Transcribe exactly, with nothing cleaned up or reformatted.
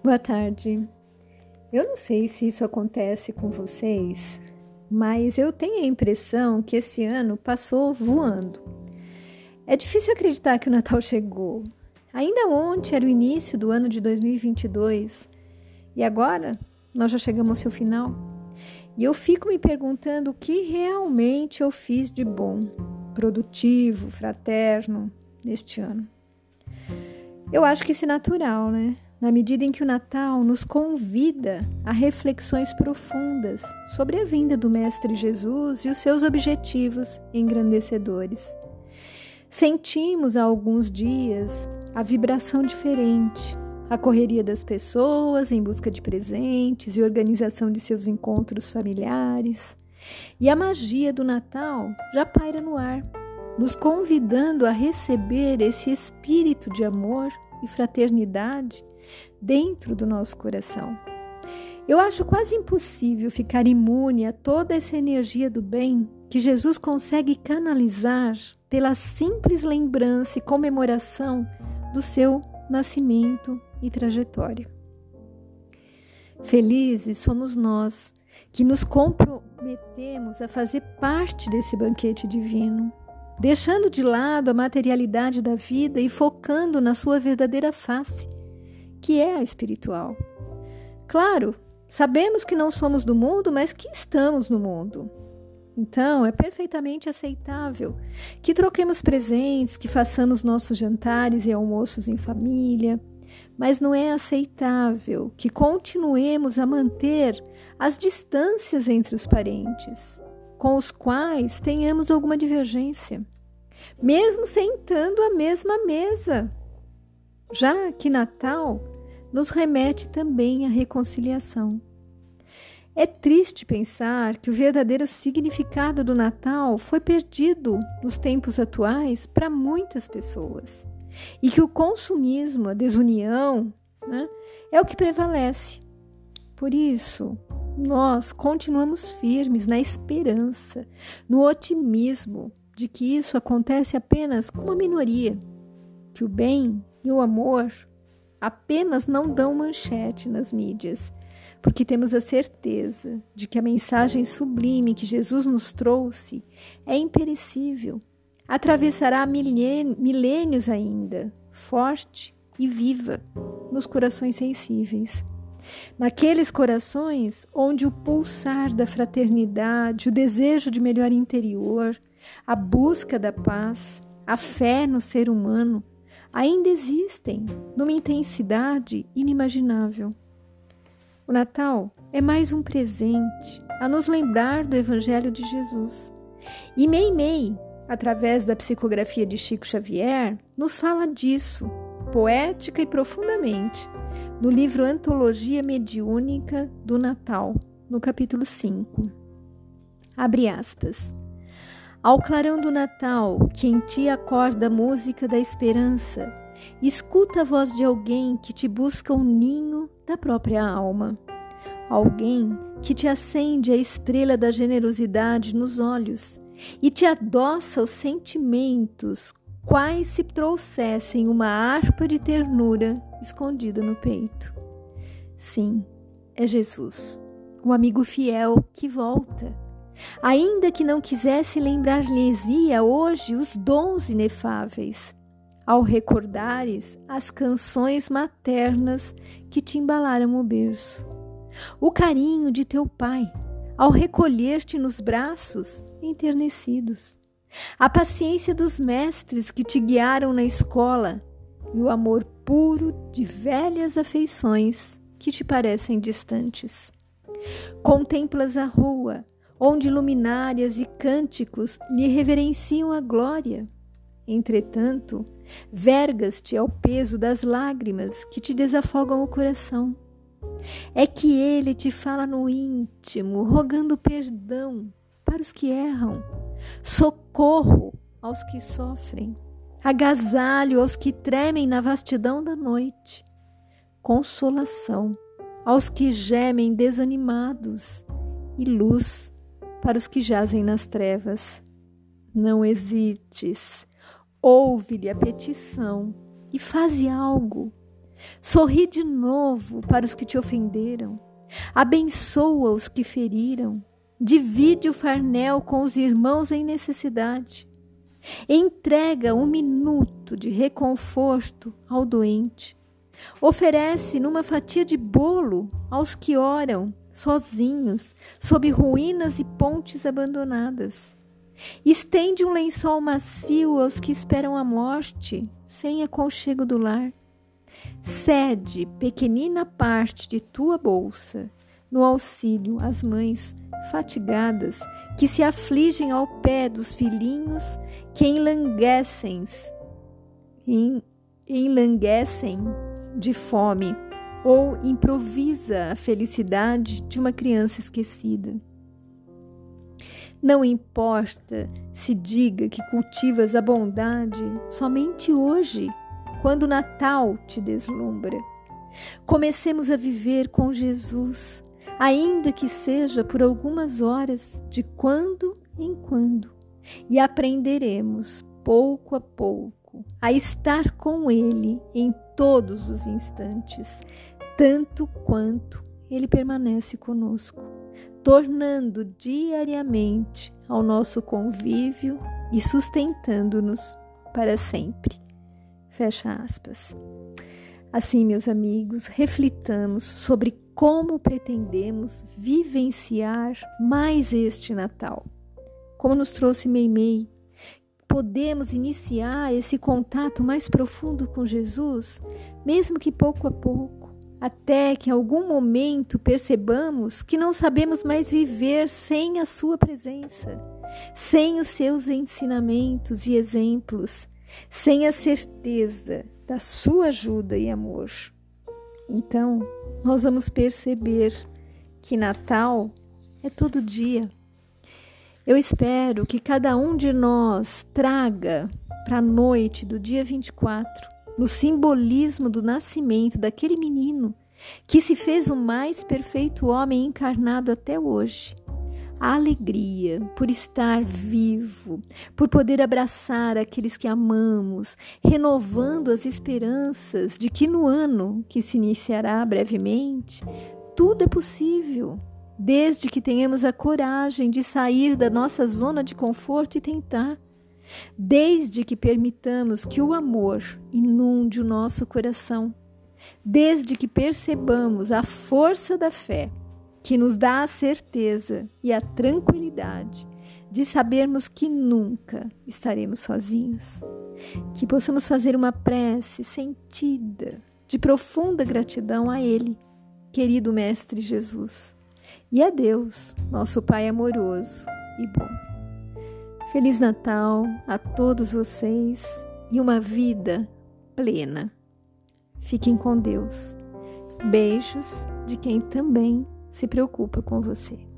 Boa tarde. Eu não sei se isso acontece com vocês, mas eu tenho a impressão que esse ano passou voando. É difícil acreditar que o Natal chegou. Ainda ontem era o início do ano de dois mil e vinte e dois e agora nós já chegamos ao seu final. E eu fico me perguntando o que realmente eu fiz de bom, produtivo, fraterno neste ano. Eu acho que isso é natural, né? Na medida em que o Natal nos convida a reflexões profundas sobre a vinda do Mestre Jesus e os seus objetivos engrandecedores. Sentimos há alguns dias a vibração diferente, a correria das pessoas em busca de presentes e organização de seus encontros familiares. E a magia do Natal já paira no ar, nos convidando a receber esse espírito de amor e fraternidade dentro do nosso coração. Eu acho quase impossível ficar imune a toda essa energia do bem que Jesus consegue canalizar pela simples lembrança e comemoração do seu nascimento e trajetória. Felizes somos nós que nos comprometemos a fazer parte desse banquete divino, deixando de lado a materialidade da vida e focando na sua verdadeira face, que é a espiritual. Claro, sabemos que não somos do mundo, mas que estamos no mundo. Então, é perfeitamente aceitável que troquemos presentes, que façamos nossos jantares e almoços em família, mas não é aceitável que continuemos a manter as distâncias entre os parentes, com os quais tenhamos alguma divergência, mesmo sentando à mesma mesa, já que Natal nos remete também à reconciliação. É triste pensar que o verdadeiro significado do Natal foi perdido nos tempos atuais para muitas pessoas e que o consumismo, a desunião, né, é o que prevalece. Por isso, nós continuamos firmes na esperança, no otimismo de que isso acontece apenas com uma minoria, que o bem e o amor apenas não dão manchete nas mídias, porque temos a certeza de que a mensagem sublime que Jesus nos trouxe é imperecível, atravessará milênios ainda, forte e viva nos corações sensíveis. Naqueles corações onde o pulsar da fraternidade, o desejo de melhor interior, a busca da paz, a fé no ser humano ainda existem numa intensidade inimaginável. O Natal é mais um presente a nos lembrar do Evangelho de Jesus. E Meimei, através da psicografia de Chico Xavier, nos fala disso, poética e profundamente, no livro Antologia Mediúnica do Natal, no capítulo cinco. Abre aspas. Ao clarão do Natal, que em ti acorda a música da esperança, escuta a voz de alguém que te busca o ninho da própria alma. Alguém que te acende a estrela da generosidade nos olhos e te adoça os sentimentos, quais se trouxessem uma harpa de ternura escondida no peito. Sim, é Jesus, o amigo fiel que volta. Ainda que não quisesse lembrar-lhes-ia hoje os dons inefáveis, ao recordares as canções maternas que te embalaram o berço, o carinho de teu pai, ao recolher-te nos braços enternecidos, a paciência dos mestres que te guiaram na escola e o amor puro de velhas afeições que te parecem distantes. Contemplas a rua, onde luminárias e cânticos lhe reverenciam a glória. Entretanto, vergas-te ao peso das lágrimas que te desafogam o coração. É que ele te fala no íntimo, rogando perdão para os que erram, socorro aos que sofrem, agasalho aos que tremem na vastidão da noite, consolação aos que gemem desanimados e luz para os que jazem nas trevas. Não hesites, ouve-lhe a petição e faze algo. Sorri de novo para os que te ofenderam. Abençoa os que feriram. Divide o farnel com os irmãos em necessidade. Entrega um minuto de reconforto ao doente. Oferece numa fatia de bolo aos que oram sozinhos, sob ruínas e pontes abandonadas. Estende um lençol macio aos que esperam a morte, sem aconchego do lar. Cede pequenina parte de tua bolsa no auxílio às mães fatigadas que se afligem ao pé dos filhinhos que enlanguecem, enlanguecem de fome, ou improvisa a felicidade de uma criança esquecida. Não importa se diga que cultivas a bondade somente hoje, quando o Natal te deslumbra. Comecemos a viver com Jesus, ainda que seja por algumas horas, de quando em quando, e aprenderemos, pouco a pouco, a estar com Ele em todos os instantes, tanto quanto Ele permanece conosco, tornando diariamente ao nosso convívio e sustentando-nos para sempre. Fecha aspas. Assim, meus amigos, reflitamos sobre como pretendemos vivenciar mais este Natal. Como nos trouxe Meimei, podemos iniciar esse contato mais profundo com Jesus, mesmo que pouco a pouco, até que em algum momento percebamos que não sabemos mais viver sem a sua presença, sem os seus ensinamentos e exemplos, sem a certeza da sua ajuda e amor. Então, nós vamos perceber que Natal é todo dia. Eu espero que cada um de nós traga para a noite do dia vinte e quatro, no simbolismo do nascimento daquele menino que se fez o mais perfeito homem encarnado até hoje, a alegria por estar vivo, por poder abraçar aqueles que amamos, renovando as esperanças de que no ano que se iniciará brevemente, tudo é possível, desde que tenhamos a coragem de sair da nossa zona de conforto e tentar, desde que permitamos que o amor inunde o nosso coração, desde que percebamos a força da fé, que nos dá a certeza e a tranquilidade de sabermos que nunca estaremos sozinhos. Que possamos fazer uma prece sentida, de profunda gratidão a Ele, querido Mestre Jesus, e a Deus, nosso Pai amoroso e bom. Feliz Natal a todos vocês e uma vida plena. Fiquem com Deus. Beijos de quem também se preocupa com você.